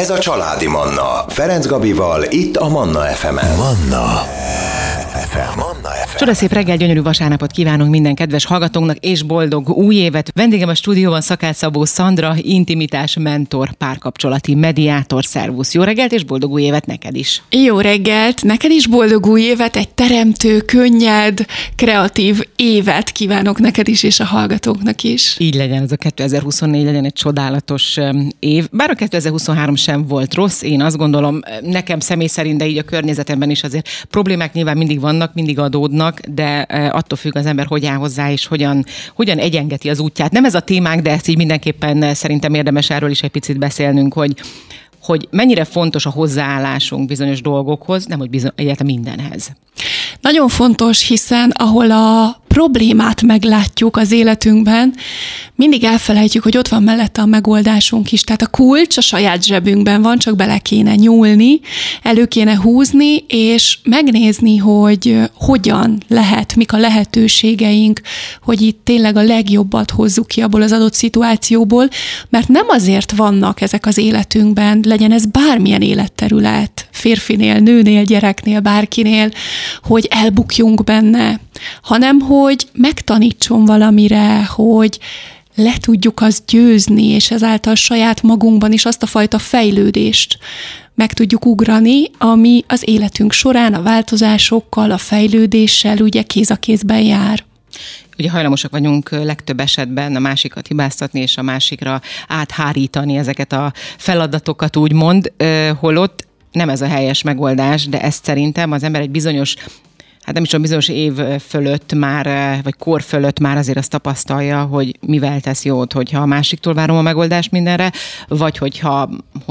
Ez a Családi Manna. Ferenc Gabival, itt a Manna FM-en. Manna FM. Csodaszép reggel, gyönyörű vasárnapot kívánunk minden kedves hallgatónknak, és boldog új évet. Vendégem a stúdióban Szakács Szabó Szandra, intimitás mentor, párkapcsolati mediátor. Szervusz, jó reggelt, és boldog új évet neked is. Jó reggelt, neked is boldog új évet, egy teremtő, könnyed, kreatív évet kívánok neked is, és a hallgatóknak is. Így legyen, ez a 2024 legyen egy csodálatos év. Bár a 2023 sem volt rossz, én azt gondolom, nekem személy szerint, de így a környezetemben is azért problémák nyilván mindig vannak, mindig adódnak, de attól függ az ember, hogy áll hozzá, és hogyan egyengeti az útját. Nem ez a témánk, de ezt így mindenképpen szerintem érdemes erről is egy picit beszélnünk, hogy mennyire fontos a hozzáállásunk bizonyos dolgokhoz, nem hogy egyáltalán mindenhez. Nagyon fontos, hiszen ahol a problémát meglátjuk az életünkben, mindig elfelejtjük, hogy ott van mellette a megoldásunk is. Tehát a kulcs a saját zsebünkben van, csak bele kéne nyúlni, elő kéne húzni, és megnézni, hogy hogyan lehet, mik a lehetőségeink, hogy itt tényleg a legjobbat hozzuk ki abból az adott szituációból, mert nem azért vannak ezek az életünkben, legyen ez bármilyen életterület, férfinél, nőnél, gyereknél, bárkinél, hogy elbukjunk benne, hanem hogy megtanítson valamire, hogy le tudjuk azt győzni, és ezáltal saját magunkban is azt a fajta fejlődést meg tudjuk ugrani, ami az életünk során a változásokkal, a fejlődéssel ugye kéz a kézben jár. Ugye hajlamosak vagyunk legtöbb esetben a másikat hibáztatni, és a másikra áthárítani ezeket a feladatokat, úgymond, holott nem ez a helyes megoldás, de ezt szerintem az ember egy bizonyos, hát nem is olyan bizonyos év fölött már, vagy kor fölött már azért azt tapasztalja, hogy mivel tesz jót, hogyha a másiktól várom a megoldást mindenre, vagy hogyha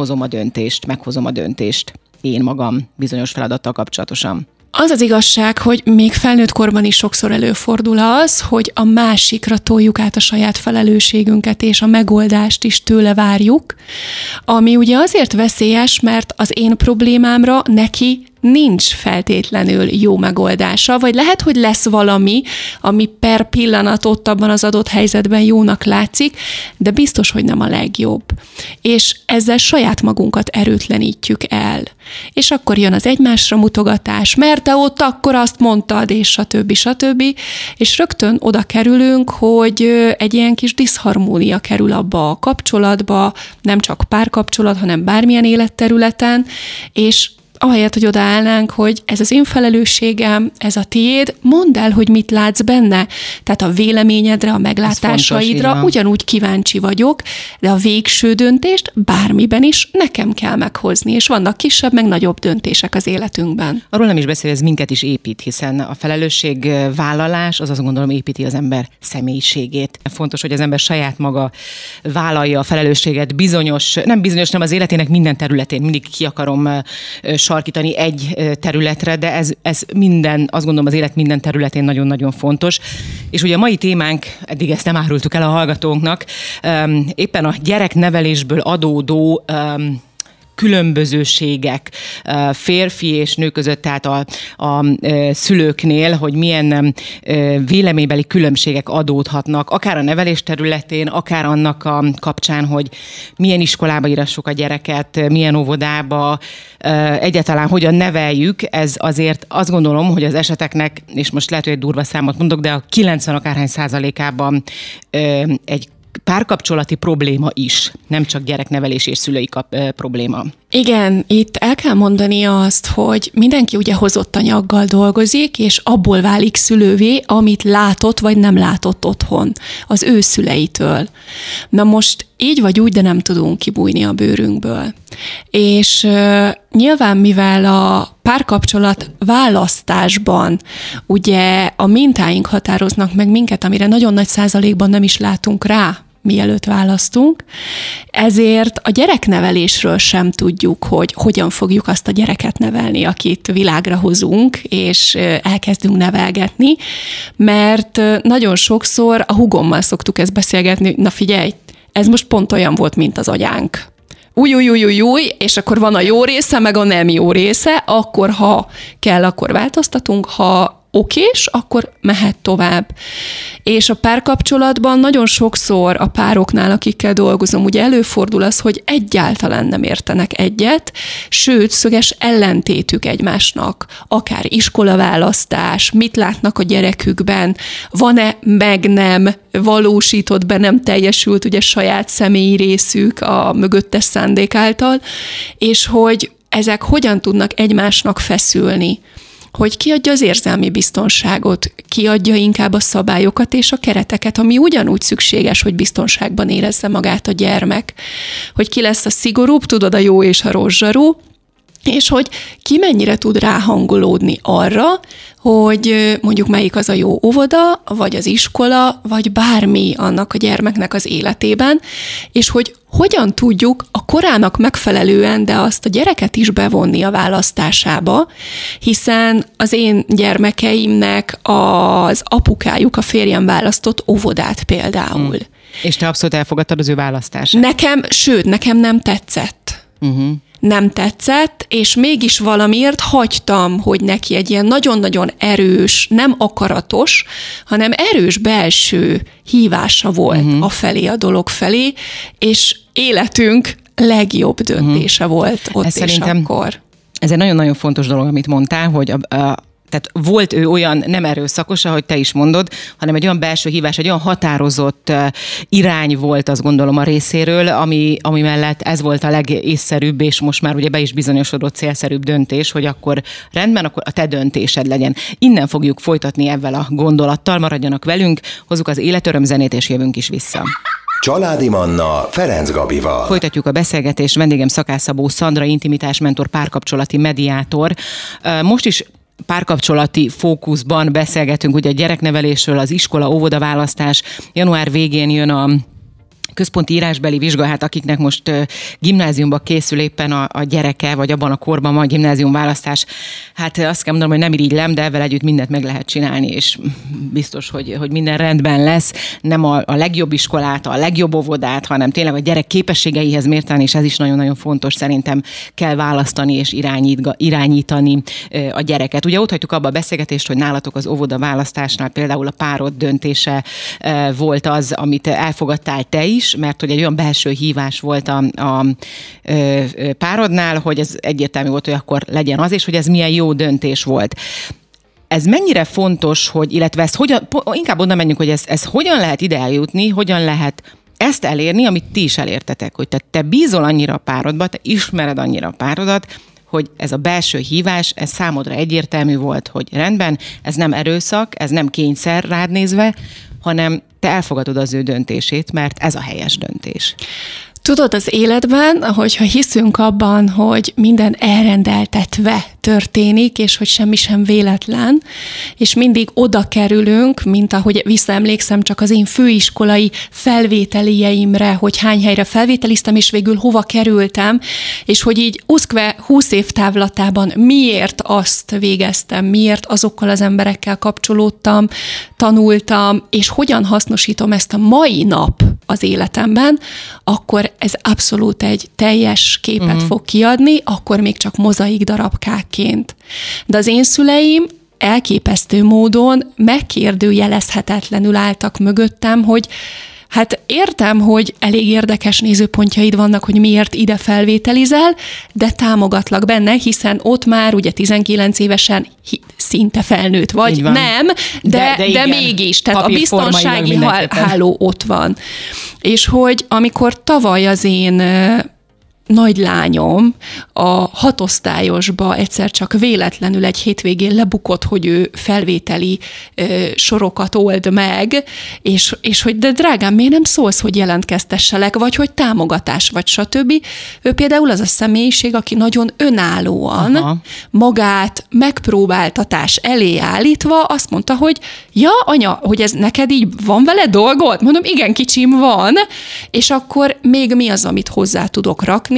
meghozom a döntést én magam bizonyos feladattal kapcsolatosan. Az az igazság, hogy még felnőtt korban is sokszor előfordul az, hogy a másikra toljuk át a saját felelősségünket, és a megoldást is tőle várjuk, ami ugye azért veszélyes, mert az én problémámra neki nincs feltétlenül jó megoldása, vagy lehet, hogy lesz valami, ami per pillanat ott abban az adott helyzetben jónak látszik, de biztos, hogy nem a legjobb. És ezzel saját magunkat erőtlenítjük el. És akkor jön az egymásra mutogatás, mert te ott akkor azt mondtad, és stb. És rögtön oda kerülünk, hogy egy ilyen kis diszharmónia kerül abba a kapcsolatba, nem csak párkapcsolat, hanem bármilyen életterületen, és ahelyett, hogy odaállnánk, hogy ez az én felelősségem, ez a tiéd, mondd el, hogy mit látsz benne. Tehát a véleményedre, a meglátásaidra fontos, ugyanúgy kíváncsi vagyok, de a végső döntést bármiben is nekem kell meghozni, és vannak kisebb, meg nagyobb döntések az életünkben. Arról nem is beszél, ez minket is épít, hiszen a felelősségvállalás az azt gondolom építi az ember személyiségét. Fontos, hogy az ember saját maga vállalja a felelősséget nem az életének minden területén, mindig ki akarom sarkítani egy területre, de ez minden, azt gondolom az élet minden területén nagyon-nagyon fontos. És ugye a mai témánk, eddig ezt nem árultuk el a hallgatónknak, éppen a gyereknevelésből adódó különbözőségek férfi és nő között, tehát a szülőknél, hogy milyen véleménybeli különbségek adódhatnak, akár a nevelés területén, akár annak a kapcsán, hogy milyen iskolába írassuk a gyereket, milyen óvodába, egyáltalán hogyan neveljük, ez azért azt gondolom, hogy az eseteknek, és most lehet, hogy egy durva számot mondok, de a 90 akárhány százalékában egy párkapcsolati probléma is, nem csak gyereknevelés és szülői probléma. Igen, itt el kell mondani azt, hogy mindenki ugye hozott anyaggal dolgozik, és abból válik szülővé, amit látott vagy nem látott otthon, az ő szüleitől. Na most így vagy úgy, de nem tudunk kibújni a bőrünkből. És nyilván, mivel a párkapcsolat választásban ugye a mintáink határoznak meg minket, amire nagyon nagy százalékban nem is látunk rá, mielőtt választunk, ezért a gyereknevelésről sem tudjuk, hogy hogyan fogjuk azt a gyereket nevelni, akit világra hozunk, és elkezdünk nevelgetni, mert nagyon sokszor a húgommal szoktuk ezt beszélgetni, na figyelj, ez most pont olyan volt, mint az agyánk. Új, és akkor van a jó része, meg a nem jó része, akkor ha kell, akkor változtatunk, ha okés, akkor mehet tovább. És a párkapcsolatban nagyon sokszor a pároknál, akikkel dolgozom, ugye előfordul az, hogy egyáltalán nem értenek egyet, sőt, szöges ellentétük egymásnak. Akár iskolaválasztás, mit látnak a gyerekükben, van-e meg nem valósított be, nem teljesült ugye saját személyi részük a mögöttes szándék által, és hogy ezek hogyan tudnak egymásnak feszülni, hogy ki adja az érzelmi biztonságot, ki adja inkább a szabályokat és a kereteket, ami ugyanúgy szükséges, hogy biztonságban érezze magát a gyermek. Hogy ki lesz a szigorúbb, tudod, a jó és a rossz zsaru, és hogy ki mennyire tud ráhangolódni arra, hogy mondjuk melyik az a jó óvoda, vagy az iskola, vagy bármi annak a gyermeknek az életében, és hogy hogyan tudjuk a korának megfelelően, de azt a gyereket is bevonni a választásába, hiszen az én gyermekeimnek az apukájuk, a férjem választott óvodát például. És te abszolút elfogadtad az ő választását? Nekem nem tetszett. Nem tetszett, és mégis valamiért hagytam, hogy neki egy ilyen nagyon-nagyon erős, nem akaratos, hanem erős belső hívása volt afelé, a dolog felé, és életünk legjobb döntése volt ott és akkor. Ez egy nagyon-nagyon fontos dolog, amit mondtál, hogy tehát volt ő olyan nem erőszakos, ahogy te is mondod, hanem egy olyan belső hívás, egy olyan határozott irány volt, azt gondolom a részéről, ami mellett ez volt a legészszerűbb, és most már ugye be is bizonyosodott célszerűbb döntés, hogy akkor rendben, akkor a te döntésed legyen. Innen fogjuk folytatni ezzel a gondolattal, maradjanak velünk, hozzuk az életörömzenét, és jövünk is vissza. Családi Manna Ferenc Gabival. Folytatjuk a beszélgetést, vendégem Szakász Szabó Szandra, intimitásmentor, párkapcsolati mediátor. Most is párkapcsolati fókuszban beszélgetünk ugye a gyereknevelésről, az iskola, óvoda választás. Január végén jön a központi írásbeli vizsga, hát akiknek most gimnáziumba készül éppen a gyereke, vagy abban a korban van gimnázium választás, hát azt kell mondanom, hogy nem irigylem, de ezzel együtt mindent meg lehet csinálni, és biztos, hogy minden rendben lesz. Nem a legjobb iskolát, a legjobb óvodát, hanem tényleg a gyerek képességeihez mérten, és ez is nagyon-nagyon fontos, szerintem kell választani és irányítani a gyereket. Ugye ott hagytuk abba a beszélgetést, hogy nálatok az óvoda választásnál például a párod döntése volt az, amit elfogadtál te is, mert hogy egy olyan belső hívás volt a párodnál, hogy ez egyértelmű volt, hogy akkor legyen az, és hogy ez milyen jó döntés volt. Ez mennyire fontos, hogy, illetve ezt hogyan, inkább onnan menjünk, hogy ez hogyan lehet ide eljutni, hogyan lehet ezt elérni, amit ti is elértetek, hogy te bízol annyira a párodba, te ismered annyira a párodat, hogy ez a belső hívás, ez számodra egyértelmű volt, hogy rendben, ez nem erőszak, ez nem kényszer rád nézve, hanem te elfogadod az ő döntését, mert ez a helyes döntés. Tudod, az életben, hogyha hiszünk abban, hogy minden elrendeltetve történik, és hogy semmi sem véletlen, és mindig oda kerülünk, mint ahogy visszaemlékszem csak az én főiskolai felvételieimre, hogy hány helyre felvételiztem, és végül hova kerültem, és hogy így 20 év távlatában miért azt végeztem, miért azokkal az emberekkel kapcsolódtam, tanultam, és hogyan hasznosítom ezt a mai nap az életemben, akkor ez abszolút egy teljes képet fog kiadni, akkor még csak mozaik darabkákként. De az én szüleim elképesztő módon megkérdőjelezhetetlenül álltak mögöttem, hogy hát értem, hogy elég érdekes nézőpontjaid vannak, hogy miért ide felvételizel, de támogatlak benne, hiszen ott már ugye 19 évesen szinte felnőtt vagy. Nem, de mégis. Tehát a biztonsági háló ott van. És hogy amikor tavaly az én nagylányom a 6 osztályosba egyszer csak véletlenül egy hétvégén lebukott, hogy ő felvételi sorokat old meg, és hogy de drágám, miért nem szólsz, hogy jelentkeztesselek, vagy hogy támogatás, vagy stb. Ő például az a személyiség, aki nagyon önállóan magát megpróbáltatás elé állítva azt mondta, hogy ja, anya, hogy ez neked így van vele dolgod? Mondom, igen, kicsim, van, és akkor még mi az, amit hozzá tudok rakni,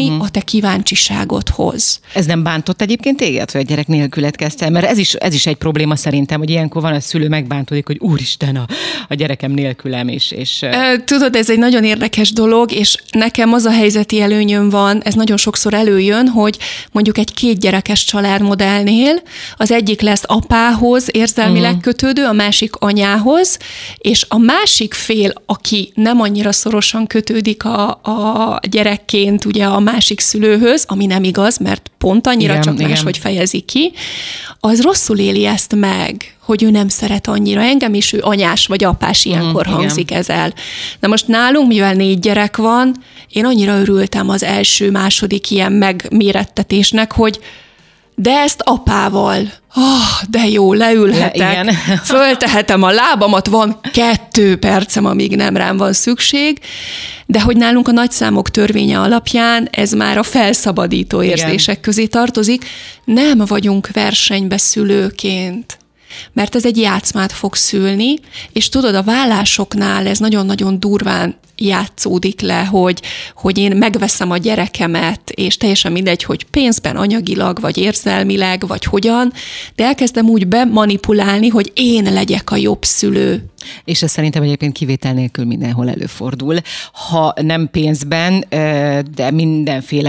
ami a te kíváncsiságodhoz. Ez nem bántott egyébként téged, hogy a gyerek nélkület kezdtél? Mert ez is egy probléma szerintem, hogy ilyenkor van a szülő megbántódik, hogy úristen, a gyerekem nélkülem is. És... Tudod, ez egy nagyon érdekes dolog, és nekem az a helyzeti előnyöm van, ez nagyon sokszor előjön, hogy mondjuk egy 2 gyerekes családmodellnél az egyik lesz apához érzelmileg kötődő, a másik anyához, és a másik fél, aki nem annyira szorosan kötődik a gyerekként ugye a másik szülőhöz, ami nem igaz, mert pont annyira, csak máshogy fejezi ki, az rosszul éli ezt meg, hogy ő nem szeret annyira engem, és ő anyás vagy apás ilyenkor hangzik ez el. Na most nálunk, mivel 4 gyerek van, én annyira örültem az első-második ilyen megmérettetésnek, hogy de ezt apával, de jó, leülhetek, föltehetem a lábamat, van 2 percem, amíg nem rám van szükség, de hogy nálunk a nagyszámok törvénye alapján ez már a felszabadító érzések közé tartozik, nem vagyunk versenybe szülőként, mert ez egy játszmát fog szülni, és tudod, a vállásoknál ez nagyon-nagyon durván játszódik le, hogy én megveszem a gyerekemet, és teljesen mindegy, hogy pénzben, anyagilag, vagy érzelmileg, vagy hogyan, de elkezdem úgy bemanipulálni, hogy én legyek a jobb szülő. És ez szerintem egyébként kivétel nélkül mindenhol előfordul. Ha nem pénzben, de mindenféle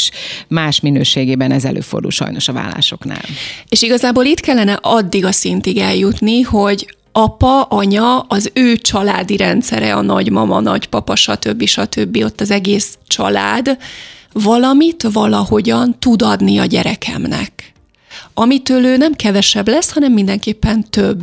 más minőségében ez előfordul sajnos a vállásoknál. És igazából itt kellene addig a szintig eljutni, hogy apa, anya, az ő családi rendszere, a nagymama, nagypapa, stb. Ott az egész család valamit valahogyan tud adni a gyerekemnek. Amitől ő nem kevesebb lesz, hanem mindenképpen több.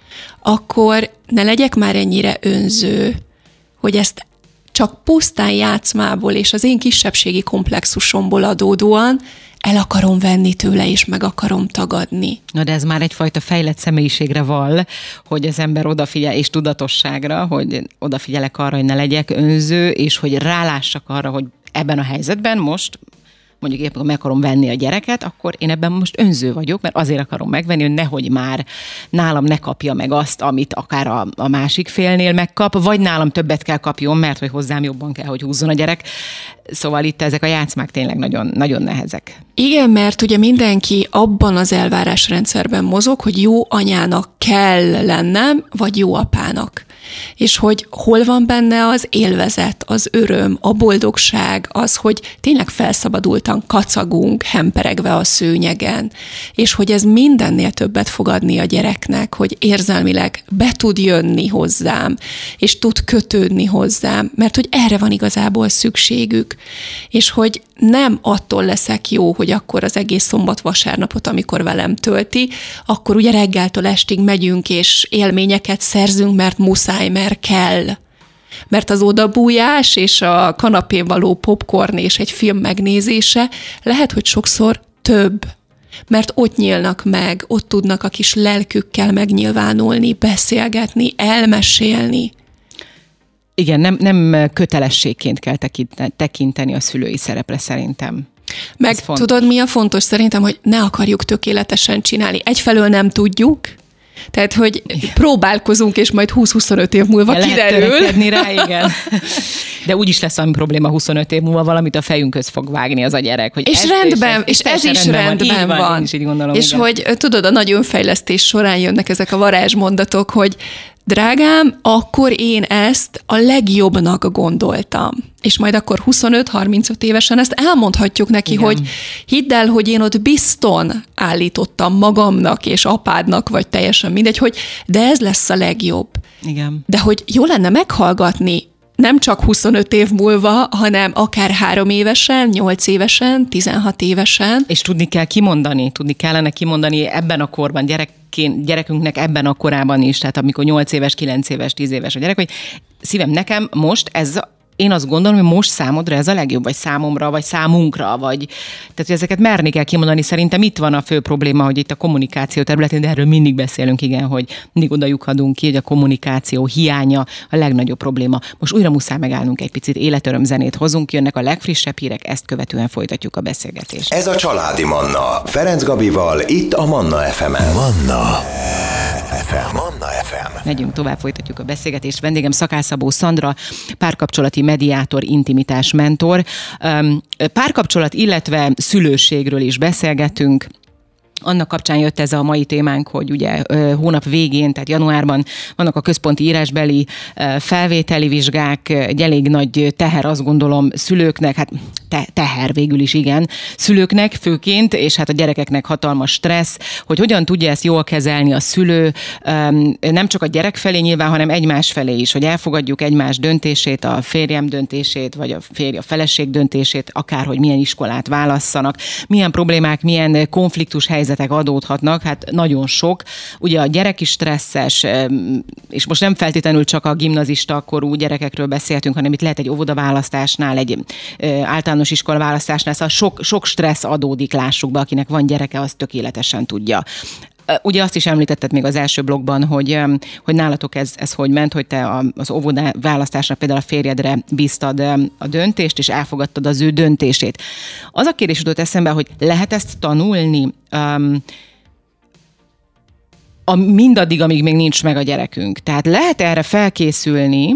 Akkor ne legyek már ennyire önző, hogy ezt csak pusztán játszmából és az én kisebbségi komplexusomból adódóan el akarom venni tőle, és meg akarom tagadni. Na de ez már egyfajta fejlett személyiségre vall, hogy az ember odafigyel, és tudatosságra, hogy odafigyelek arra, hogy ne legyek önző, és hogy rálássak arra, hogy ebben a helyzetben most, mondjuk éppen, meg akarom venni a gyereket, akkor én ebben most önző vagyok, mert azért akarom megvenni, hogy nehogy már nálam ne kapja meg azt, amit akár a másik félnél megkap, vagy nálam többet kell kapjon, mert hogy hozzám jobban kell, hogy húzzon a gyerek. Szóval itt ezek a játszmák tényleg nagyon, nagyon nehezek. Igen, mert ugye mindenki abban az elvárásrendszerben mozog, hogy jó anyának kell lennem, vagy jó apának. És hogy hol van benne az élvezet, az öröm, a boldogság, az, hogy tényleg felszabadultan kacagunk, hemperegve a szőnyegen, és hogy ez mindennél többet fog adni a gyereknek, hogy érzelmileg be tud jönni hozzám, és tud kötődni hozzám, mert hogy erre van igazából szükségük. És hogy nem attól leszek jó, hogy akkor az egész szombat-vasárnapot, amikor velem tölti, akkor ugye reggeltől estig megyünk, és élményeket szerzünk, mert muszáj, mert kell. Mert az odabújás és a kanapén való popcorn és egy film megnézése lehet, hogy sokszor több. Mert ott nyílnak meg, ott tudnak a kis lelkükkel megnyilvánulni, beszélgetni, elmesélni. Igen, nem kötelességként kell tekinteni a szülői szerepre szerintem. Meg tudod, mi a fontos szerintem, hogy ne akarjuk tökéletesen csinálni. Egyfelől nem tudjuk, tehát, hogy próbálkozunk, és majd 20-25 év múlva kiderül. Rá, igen. De úgyis lesz valami probléma 25 év múlva, valamit a fejünkhöz fog vágni az a gyerek. Hogy és rendben, és ez is rendben van. Én is így gondolom, és igen. Hogy tudod, a nagy önfejlesztés során jönnek ezek a varázsmondatok, hogy drágám, akkor én ezt a legjobbnak gondoltam. És majd akkor 25-35 évesen ezt elmondhatjuk neki, igen. Hogy hidd el, hogy én ott bizton állítottam magamnak és apádnak, vagy teljesen mindegy, hogy de ez lesz a legjobb. Igen. De hogy jó lenne meghallgatni nem csak 25 év múlva, hanem akár 3 évesen, 8 évesen, 16 évesen. És tudni kellene kimondani ebben a korban, gyerekünknek ebben a korában is, tehát amikor 8 éves, 9 éves, 10 éves a gyerek, hogy szívem, nekem most én azt gondolom, hogy most számodra ez a legjobb, vagy számomra, vagy számunkra, vagy tehát, hogy ezeket merni kell kimondani. Szerintem itt van a fő probléma, hogy itt a kommunikáció területén, de erről mindig beszélünk, igen, hogy mindig oda lyukadunk ki, hogy a kommunikáció hiánya a legnagyobb probléma. Most újra muszáj megállnunk egy picit, életöröm zenét hozunk, jönnek a legfrissebb hírek, ezt követően folytatjuk a beszélgetést. Ez a Családi Manna, Ferenc Gabival, itt a Manna FM-en. Manna FM. Megyünk tovább, folytatjuk a beszélgetést. Vendégem Szakály Szabó Szandra, párkapcsolati mediátor, intimitás mentor. Párkapcsolat, illetve szülőségről is beszélgetünk. Annak kapcsán jött ez a mai témánk, hogy ugye hónap végén, tehát januárban vannak a központi írásbeli felvételi vizsgák, egy elég nagy teher, azt gondolom, szülőknek, hát teher végül is, igen, szülőknek főként, és hát a gyerekeknek hatalmas stressz, hogy hogyan tudja ezt jól kezelni a szülő, nem csak a gyerek felé nyilván, hanem egymás felé is, hogy elfogadjuk egymás döntését, a férjem döntését, vagy a feleség döntését, akárhogy milyen iskolát válasszanak, milyen problémák, milyen konfliktus helyzetek adódhatnak, hát nagyon sok. Ugye a gyerek is stresszes, és most nem feltétlenül csak a gimnazista korú gyerekekről beszéltünk, hanem itt lehet egy óvodaválasztásnál, egy általános iskola választásnál, szóval sok stressz adódik, lássuk be, akinek van gyereke, az tökéletesen tudja. Ugye azt is említetted még az első blogban, hogy nálatok ez hogy ment, hogy te az óvoda választásra például a férjedre bíztad a döntést, és elfogadtad az ő döntését. Az a kérdés jutott eszembe, hogy lehet ezt tanulni mindaddig, amíg még nincs meg a gyerekünk. Tehát lehet erre felkészülni,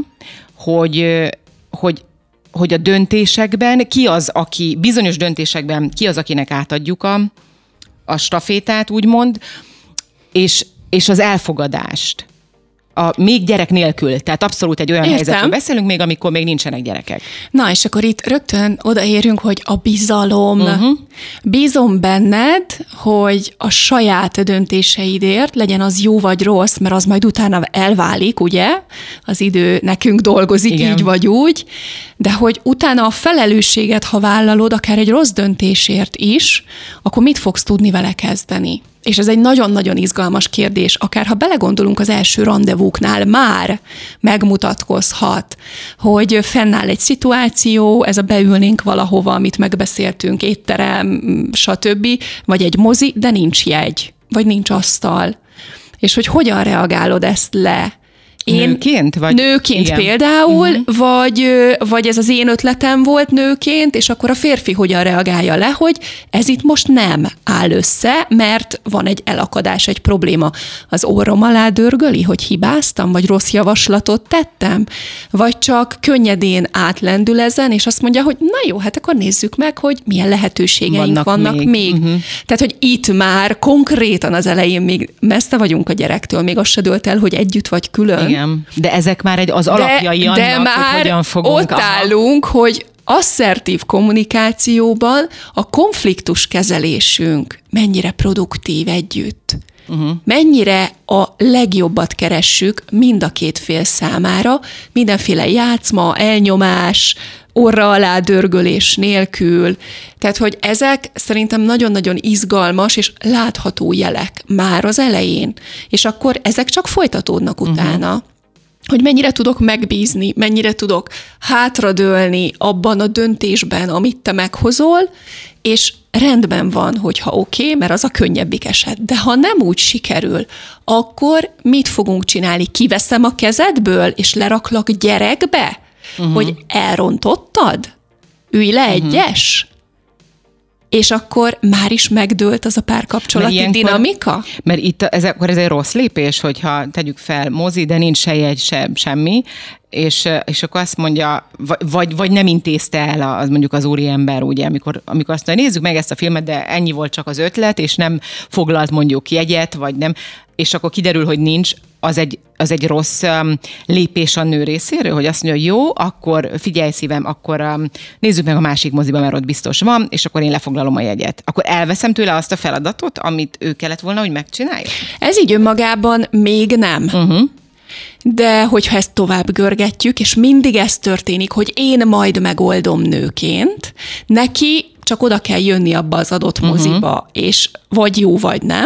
hogy a döntésekben bizonyos döntésekben ki az, akinek átadjuk a stafétát, úgymond, és az elfogadást. Még gyerek nélkül. Tehát abszolút egy olyan helyzetről beszélünk még, amikor még nincsenek gyerekek. Na, és akkor itt rögtön odaérünk, hogy a bizalom. Bízom benned, hogy a saját döntéseidért, legyen az jó vagy rossz, mert az majd utána elválik, ugye? Az idő nekünk dolgozik, igen, így vagy úgy, de hogy utána a felelősséget, ha vállalod, akár egy rossz döntésért is, akkor mit fogsz tudni vele kezdeni? És ez egy nagyon-nagyon izgalmas kérdés, akár ha belegondolunk az első randevúknál, már megmutatkozhat, hogy fennáll egy szituáció, ez a beülnénk valahova, amit megbeszéltünk, étterem, stb., vagy egy mozi, de nincs jegy, vagy nincs asztal. És hogy hogyan reagálod ezt le? Nőként? Nőként igen. Például, vagy ez az én ötletem volt nőként, és akkor a férfi hogyan reagálja le, hogy ez itt most nem áll össze, mert van egy elakadás, egy probléma. Az orrom alá dörgöli, hogy hibáztam, vagy rossz javaslatot tettem, vagy csak könnyedén átlendül ezen, és azt mondja, hogy na jó, hát akkor nézzük meg, hogy milyen lehetőségeink vannak még. Tehát, hogy itt már konkrétan az elején még messze vagyunk a gyerektől, még az se dőlt el, hogy együtt vagy külön. Igen, de ezek már az alapjai annak, de már hogy hogyan fogunk. Ott állunk, hogy asszertív kommunikációban a konfliktus kezelésünk mennyire produktív együtt. Mennyire a legjobbat keressük mind a két fél számára, mindenféle játszma, elnyomás, orra alá dörgölés nélkül. Tehát, hogy ezek szerintem nagyon-nagyon izgalmas és látható jelek már az elején, és akkor ezek csak folytatódnak utána. Hogy mennyire tudok megbízni, mennyire tudok hátradőlni abban a döntésben, amit te meghozol, és rendben van, hogyha oké, mert az a könnyebbik eset. De ha nem úgy sikerül, akkor mit fogunk csinálni? Kiveszem a kezedből, és leraklak gyerekbe? Hogy elrontottad? Ülj le egyes? És akkor már is megdőlt az a párkapcsolati dinamika? Mert itt akkor ez egy rossz lépés, hogyha tegyük fel mozi, de nincs se jegy, semmi, és akkor azt mondja, vagy nem intézte el mondjuk az úriember, ugye, amikor azt mondja, nézzük meg ezt a filmet, de ennyi volt csak az ötlet, és nem foglalt mondjuk jegyet, vagy nem, és akkor kiderül, hogy nincs, az egy rossz lépés a nő részéről, hogy azt mondja, jó, akkor figyelj szívem, akkor nézzük meg a másik moziba, mert ott biztos van, és akkor én lefoglalom a jegyet. Akkor elveszem tőle azt a feladatot, amit ő kellett volna, hogy megcsinálja? Ez így önmagában még nem. De hogyha ezt tovább görgetjük, és mindig ez történik, hogy én majd megoldom nőként, neki csak oda kell jönni abba az adott moziba, és vagy jó, vagy nem,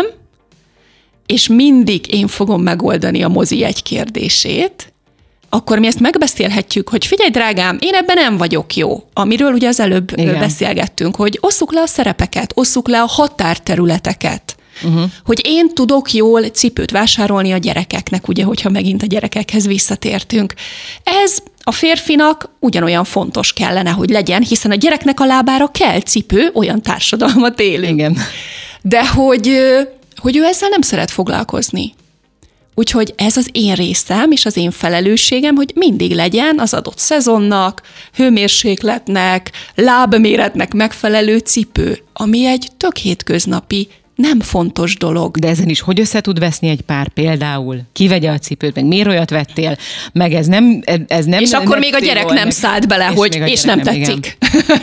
és mindig én fogom megoldani a mozi egy kérdését, akkor mi ezt megbeszélhetjük, hogy figyelj, drágám, én ebben nem vagyok jó. Amiről ugye az előbb beszélgettünk, hogy osszuk le a szerepeket, osszuk le a határterületeket. Hogy én tudok jól cipőt vásárolni a gyerekeknek, ugye, hogyha megint a gyerekekhez visszatértünk. Ez a férfinak ugyanolyan fontos kellene, hogy legyen, hiszen a gyereknek a lábára kell cipő, olyan társadalmat élünk. Igen. De hogy ő ezzel nem szeret foglalkozni. Úgyhogy ez az én részem és az én felelősségem, hogy mindig legyen az adott szezonnak, hőmérsékletnek, lábméretnek megfelelő cipő, ami egy tök hétköznapi, nem fontos dolog. De ezen is hogy össze tud veszni egy pár például? Kivegye a cipőt, meg miért olyat vettél, meg ez nem. És akkor még a gyerek nem szállt bele, és nem tetszik.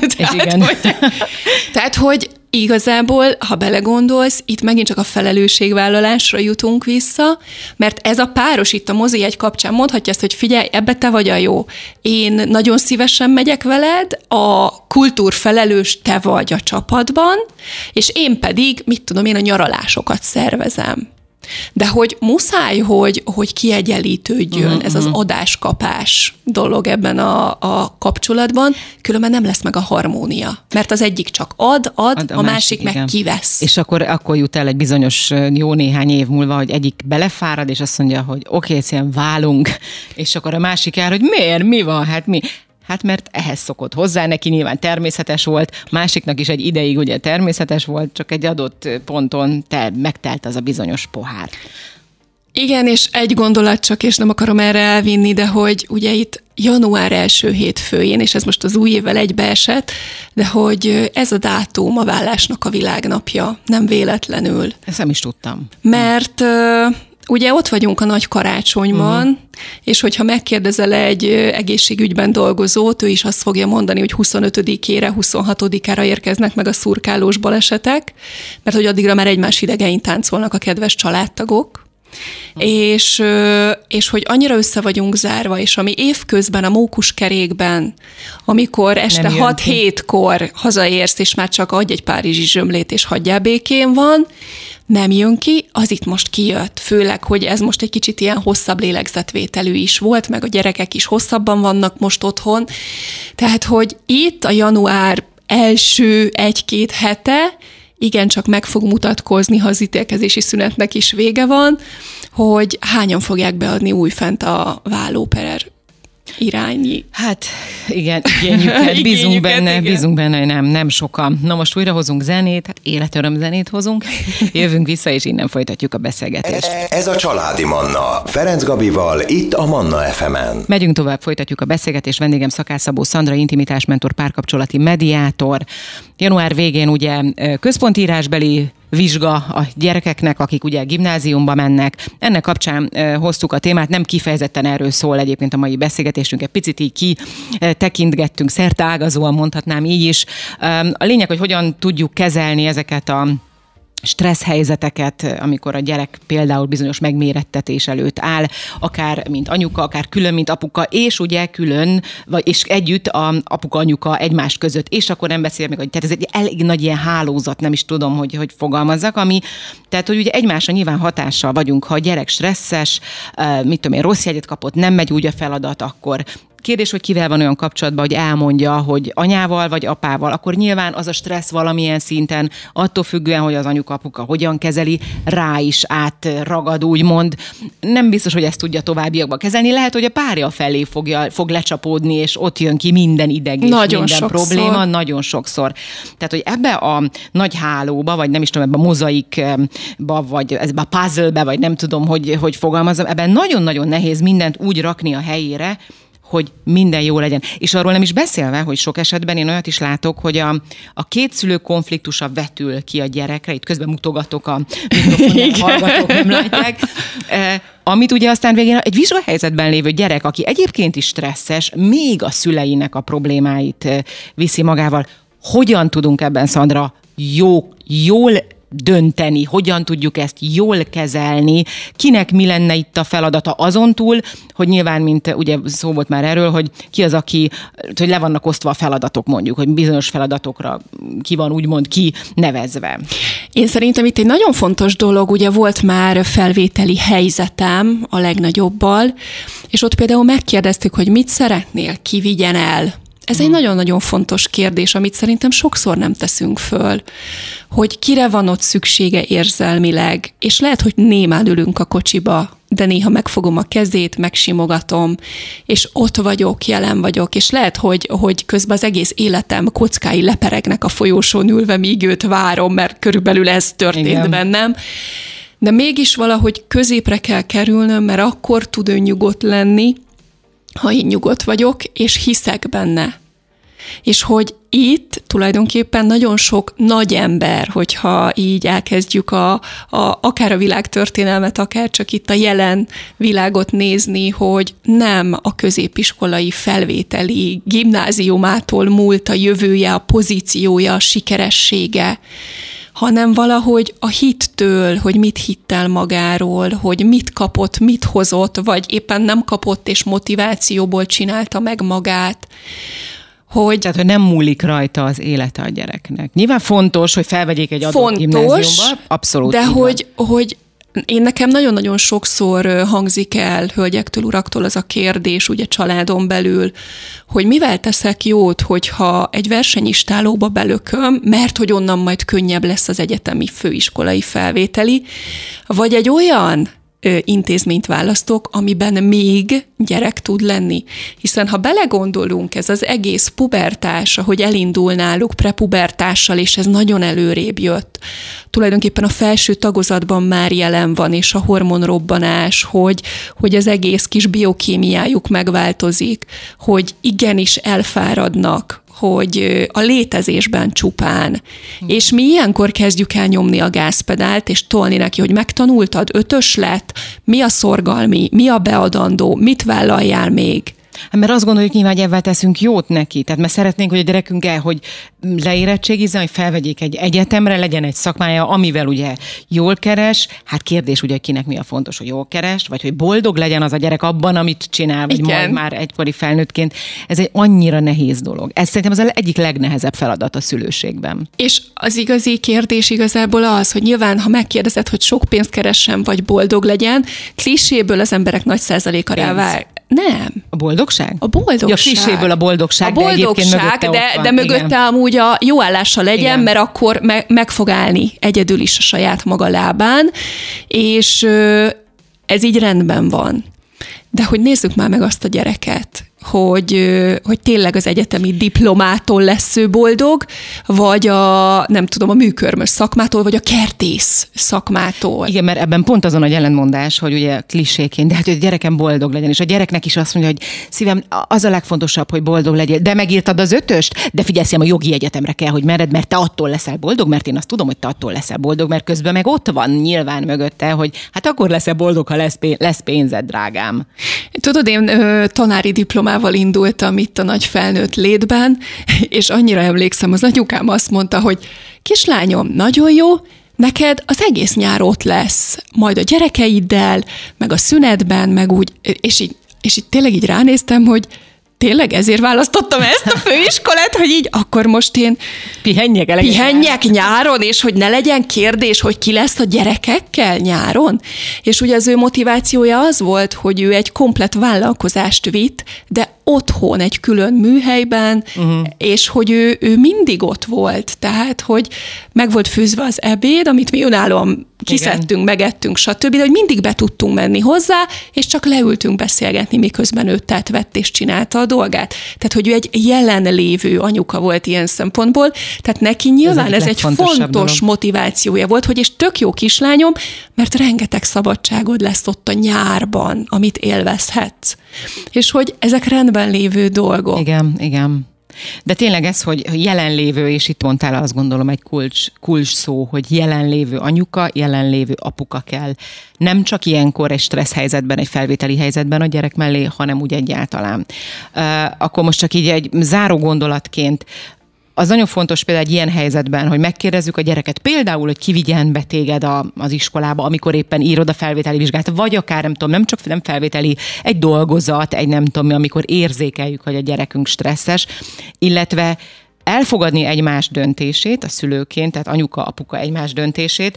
Tehát, hogy igazából, ha belegondolsz, itt megint csak a felelősségvállalásra jutunk vissza, mert ez a páros itt a mozijegy kapcsán mondhatja ezt, hogy figyelj, ebbe te vagy a jó. Én nagyon szívesen megyek veled, a kultúrfelelős te vagy a csapatban, és én pedig, mit tudom én, a nyaralásokat szervezem. De hogy muszáj, hogy kiegyenlítődjön ez az adás-kapás dolog ebben a kapcsolatban, különben nem lesz meg a harmónia. Mert az egyik csak ad, a másik meg kivesz. És akkor jut el egy bizonyos jó néhány év múlva, hogy egyik belefárad, és azt mondja, hogy oké, egyszerűen válunk, és akkor a másik jár, hogy miért, mi van, hát mi? Hát mert ehhez szokott hozzá, neki nyilván természetes volt, másiknak is egy ideig ugye természetes volt, csak egy adott ponton megtelt az a bizonyos pohár. Igen, és egy gondolat csak, és nem akarom erre elvinni, de hogy ugye itt január első hétfőjén, és ez most az új évvel egybeesett, de hogy ez a dátum a vállásnak a világnapja, nem véletlenül. Ezt nem is tudtam. Mert ugye ott vagyunk a nagy karácsonyban, és hogyha megkérdezel egy egészségügyben dolgozót, ő is azt fogja mondani, hogy 25-ére, 26-ára érkeznek meg a szurkálós balesetek, mert hogy addigra már egymás idegein táncolnak a kedves családtagok, és hogy annyira össze vagyunk zárva, és ami évközben a mókuskerékben, amikor este 6-7-kor hazaérsz, és már csak adj egy párizsi zsömlét, és hagyjál békén van, nem jön ki, az itt most kijött. Főleg, hogy ez most egy kicsit ilyen hosszabb lélegzetvételű is volt, meg a gyerekek is hosszabban vannak most otthon. Tehát, hogy itt a január első 1-2 hete igencsak meg fog mutatkozni, ha az ítélkezési szünetnek is vége van, hogy hányan fogják beadni újfent a vállóperer irányi. Hát igen, igényüket, bízunk benne, hogy nem sokan. Na most újra hozunk zenét, hát életöröm zenét hozunk, jövünk vissza, és innen folytatjuk a beszélgetést. Ez a Családi Manna, Ferenc Gabival, itt a Manna FM-en. Megyünk tovább, folytatjuk a beszélgetést, vendégem Szakács Szabó Szandra, intimitásmentor, párkapcsolati mediátor. Január végén ugye központírásbeli vizsga a gyerekeknek, akik ugye gimnáziumba mennek. Ennek kapcsán hoztuk a témát, nem kifejezetten erről szól egyébként a mai beszélgetésünk, egy picit így kitekintgettünk, szerteágazóan mondhatnám így is. A lényeg, hogy hogyan tudjuk kezelni ezeket a stressz helyzeteket, amikor a gyerek például bizonyos megmérettetés előtt áll, akár mint anyuka, akár külön, mint apuka, és ugye külön, és együtt a apuka-anyuka egymás között, és akkor nem beszél meg, tehát ez egy elég nagy ilyen hálózat, nem is tudom, hogy fogalmazzak, tehát, hogy ugye egymásra nyilván hatással vagyunk, ha a gyerek stresszes, mit tudom én, rossz jegyet kapott, nem megy úgy a feladat, akkor kérdés, hogy kivel van olyan kapcsolatban, hogy elmondja, hogy anyával vagy apával, akkor nyilván az a stressz valamilyen szinten, attól függően, hogy az anyuka-apuka hogyan kezeli, rá is átragad, úgymond. Nem biztos, hogy ezt tudja továbbiakban kezelni. Lehet, hogy a párja felé fog lecsapódni, és ott jön ki minden ideg és nagyon minden sokszor. Probléma. Nagyon sokszor. Tehát, hogy ebbe a nagy hálóba, vagy nem is tudom, ebbe a mozaikba, vagy ebbe a puzzlebe, vagy nem tudom, hogy fogalmazom, ebben nagyon-nagyon nehéz mindent úgy rakni a helyére, hogy minden jó legyen. És arról nem is beszélve, hogy sok esetben én olyat is látok, hogy a két szülő konfliktusa vetül ki a gyerekre, itt közben mutogatok a mikrofonnak, hallgatók nem látják, amit ugye aztán végén egy vizsgahelyzetben lévő gyerek, aki egyébként is stresszes, még a szüleinek a problémáit viszi magával. Hogyan tudunk ebben, Szandra, jól dönteni, hogyan tudjuk ezt jól kezelni, kinek mi lenne itt a feladata azon túl, hogy nyilván, mint ugye szó volt már erről, hogy ki az, hogy le vannak osztva a feladatok mondjuk, hogy bizonyos feladatokra ki van úgymond nevezve. Én szerintem itt egy nagyon fontos dolog, ugye volt már felvételi helyzetem a legnagyobbal, és ott például megkérdeztük, hogy mit szeretnél, ki vigyen el. Ez egy nagyon-nagyon fontos kérdés, amit szerintem sokszor nem teszünk föl, hogy kire van ott szüksége érzelmileg, és lehet, hogy némán ülünk a kocsiba, de néha megfogom a kezét, megsimogatom, és ott vagyok, jelen vagyok, és lehet, hogy közben az egész életem kockái leperegnek a folyósón ülve, míg őt várom, mert körülbelül ez történt bennem. de mégis valahogy középre kell kerülnöm, mert akkor tud önnyugodt lenni, ha én nyugodt vagyok, és hiszek benne. És hogy itt tulajdonképpen nagyon sok nagy ember, hogyha így elkezdjük akár a világtörténelmet, akár csak itt a jelen világot nézni, hogy nem a középiskolai felvételi gimnáziumától múlt a jövője, a pozíciója, a sikeressége, hanem valahogy a hittől, hogy mit hitt el magáról, hogy mit kapott, mit hozott, vagy éppen nem kapott, és motivációból csinálta meg magát. Tehát, hogy nem múlik rajta az élete a gyereknek. Nyilván fontos, hogy felvegyék egy adott gimnáziumba. Abszolút. De hogy én nekem nagyon-nagyon sokszor hangzik el hölgyektől, uraktól az a kérdés, ugye családon belül, hogy mivel teszek jót, hogyha egy versenyistálóba belököm, mert hogy onnan majd könnyebb lesz az egyetemi főiskolai felvételi, vagy egy olyan intézményt választok, amiben még gyerek tud lenni. Hiszen ha belegondolunk, ez az egész pubertás, ahogy elindul náluk prepubertással, és ez nagyon előrébb jött. Tulajdonképpen a felső tagozatban már jelen van, és a hormonrobbanás, hogy az egész kis biokémiájuk megváltozik, hogy igenis elfáradnak, hogy a létezésben csupán. És mi ilyenkor kezdjük el nyomni a gázpedált, és tolni neki, hogy megtanultad, 5-ös lett, mi a szorgalmi, mi a beadandó, mit vállaljál még? Mert azt gondoljuk nyilván, hogy ebben teszünk jót neki. Tehát mert szeretnénk, hogy a gyerekünk hogy leérettségizzen, hogy felvegyék egy egyetemre, legyen egy szakmája, amivel ugye jól keres. Hát kérdés ugye, hogy kinek mi a fontos, hogy jól keres, vagy hogy boldog legyen az a gyerek abban, amit csinál, vagy majd már egykori felnőttként. Ez egy annyira nehéz dolog. Ez szerintem az egyik legnehezebb feladat a szülőségben. És az igazi kérdés igazából az, hogy nyilván, ha megkérdezed, hogy sok pénzt keressen, vagy boldog legyen, kliséből az emberek nagy százaléka rávár. Nem. A boldogság? A boldogság. Ja, kliséből a boldogság, de egyébként de mögötte amúgy a jó állása legyen, igen. Mert akkor meg fog állni egyedül is a saját maga lábán, és ez így rendben van. De hogy nézzük már meg azt a gyereket, hogy tényleg az egyetemi diplomától lesz ő boldog, vagy a műkörmös szakmától, vagy a kertész szakmától. Igen, mert ebben pont azon a ellentmondás, hogy ugye kliséként, de hát, hogy a gyerekem boldog legyen, és a gyereknek is azt mondja, hogy szívem, az a legfontosabb, hogy boldog legyél, de megírtad az 5-öst, de figyelj, a jogi egyetemre kell, hogy mered, mert te attól leszel boldog, mert én azt tudom, hogy te attól leszel boldog, mert közben meg ott van nyilván mögötte, hogy hát akkor leszel boldog, ha lesz pénzed, drágám. Tudod, én tanári diplomával indultam itt a nagy felnőtt létben, és annyira emlékszem, az anyukám azt mondta, hogy kislányom, nagyon jó, neked az egész nyár ott lesz, majd a gyerekeiddel, meg a szünetben, meg úgy, és így tényleg így ránéztem, hogy tényleg ezért választottam ezt a főiskolát, hogy így akkor most én pihenjek nyáron, és hogy ne legyen kérdés, hogy ki lesz a gyerekekkel nyáron. És ugye az ő motivációja az volt, hogy ő egy komplett vállalkozást vitt, de otthon, egy külön műhelyben, és hogy ő mindig ott volt. Tehát, hogy meg volt főzve az ebéd, amit mi önállóan kiszedtünk, megettünk, stb., de hogy mindig be tudtunk menni hozzá, és csak leültünk beszélgetni, miközben ő vett és csinálta a dolgát. Tehát, hogy ő egy jelenlévő anyuka volt ilyen szempontból, tehát neki nyilván ez egy fontos motivációja volt, hogy és tök jó kislányom, mert rengeteg szabadságod lesz ott a nyárban, amit élvezhetsz. És hogy ezek rendben lévő dolgok. Igen. De tényleg ez, hogy jelenlévő, és itt mondtál, azt gondolom egy kulcs szó, hogy jelenlévő anyuka, jelenlévő apuka kell. Nem csak ilyenkor egy stressz helyzetben, egy felvételi helyzetben a gyerek mellé, hanem úgy egyáltalán. Akkor most csak így egy záró gondolatként, az nagyon fontos például egy ilyen helyzetben, hogy megkérdezzük a gyereket például, hogy kivigyen be téged az iskolába, amikor éppen írod a felvételi vizsgát, vagy akár nem csak felvételi, egy dolgozat, egy nem tudom mi, amikor érzékeljük, hogy a gyerekünk stresszes, illetve elfogadni egymás döntését a szülőként, tehát anyuka, apuka egymás döntését.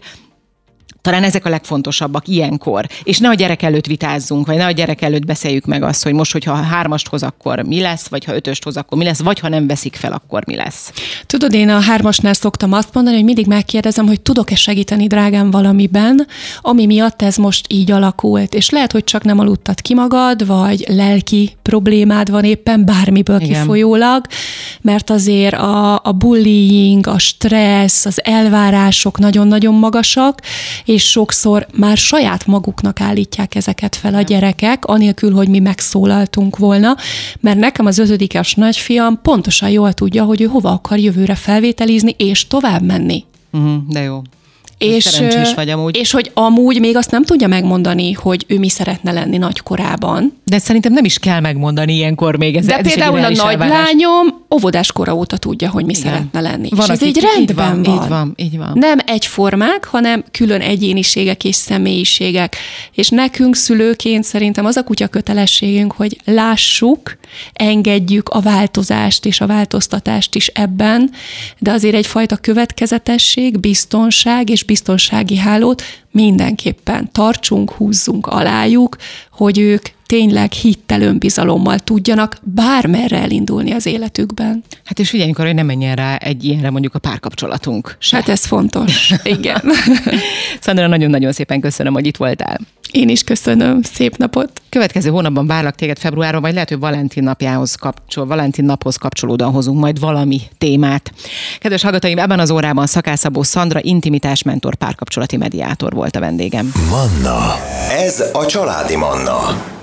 Talán ezek a legfontosabbak ilyenkor. És ne a gyerek előtt vitázzunk, vagy ne a gyerek előtt beszéljük meg azt, hogy most, hogyha 3-ast hoz, akkor mi lesz, vagy ha 5-öst hoz, akkor mi lesz, vagy ha nem veszik fel, akkor mi lesz. Tudod, én a 3-asnál szoktam azt mondani, hogy mindig megkérdezem, hogy tudok-e segíteni, drágám, valamiben, ami miatt ez most így alakult. És lehet, hogy csak nem aludtad ki magad, vagy lelki problémád van éppen, bármiből kifolyólag, mert azért a bullying, a stressz, az elvárások nagyon-nagyon magasak, és sokszor már saját maguknak állítják ezeket fel a gyerekek, anélkül, hogy mi megszólaltunk volna, mert nekem az 5-es nagyfiam pontosan jól tudja, hogy ő hova akar jövőre felvételizni, és tovább menni. De jó. És, vagy amúgy. És hogy amúgy még azt nem tudja megmondani, hogy ő mi szeretne lenni nagykorában. De szerintem nem is kell megmondani ilyenkor még. De például a nagylányom óvodás kora óta tudja, hogy mi szeretne lenni. Van, és ez így rendben van. Így van. Nem egyformák, hanem külön egyéniségek és személyiségek. És nekünk szülőként szerintem az a kutya kötelességünk, hogy lássuk, engedjük a változást és a változtatást is ebben, de azért egyfajta következetesség, biztonság és biztonsági hálót mindenképpen tartsunk, húzzunk alájuk, hogy ők tényleg hittel, önbizalommal tudjanak bármerre elindulni az életükben. Hát és figyeljünk arra, hogy ne menjen rá egy ilyenre mondjuk a párkapcsolatunk. Hát ez fontos. Igen. Szandra, nagyon-nagyon szépen köszönöm, hogy itt voltál. Én is köszönöm. Szép napot. Következő hónapban várlak téged februárban, vagy lehet, hogy Valentin naphoz kapcsolódóan hozunk majd valami témát. Kedves hallgatóim, ebben az órában Szakács Szabó Szandra, intimitásmentor, párkapcsolati mediátor volt a vendégem. Manna. Ez a Családi Manna.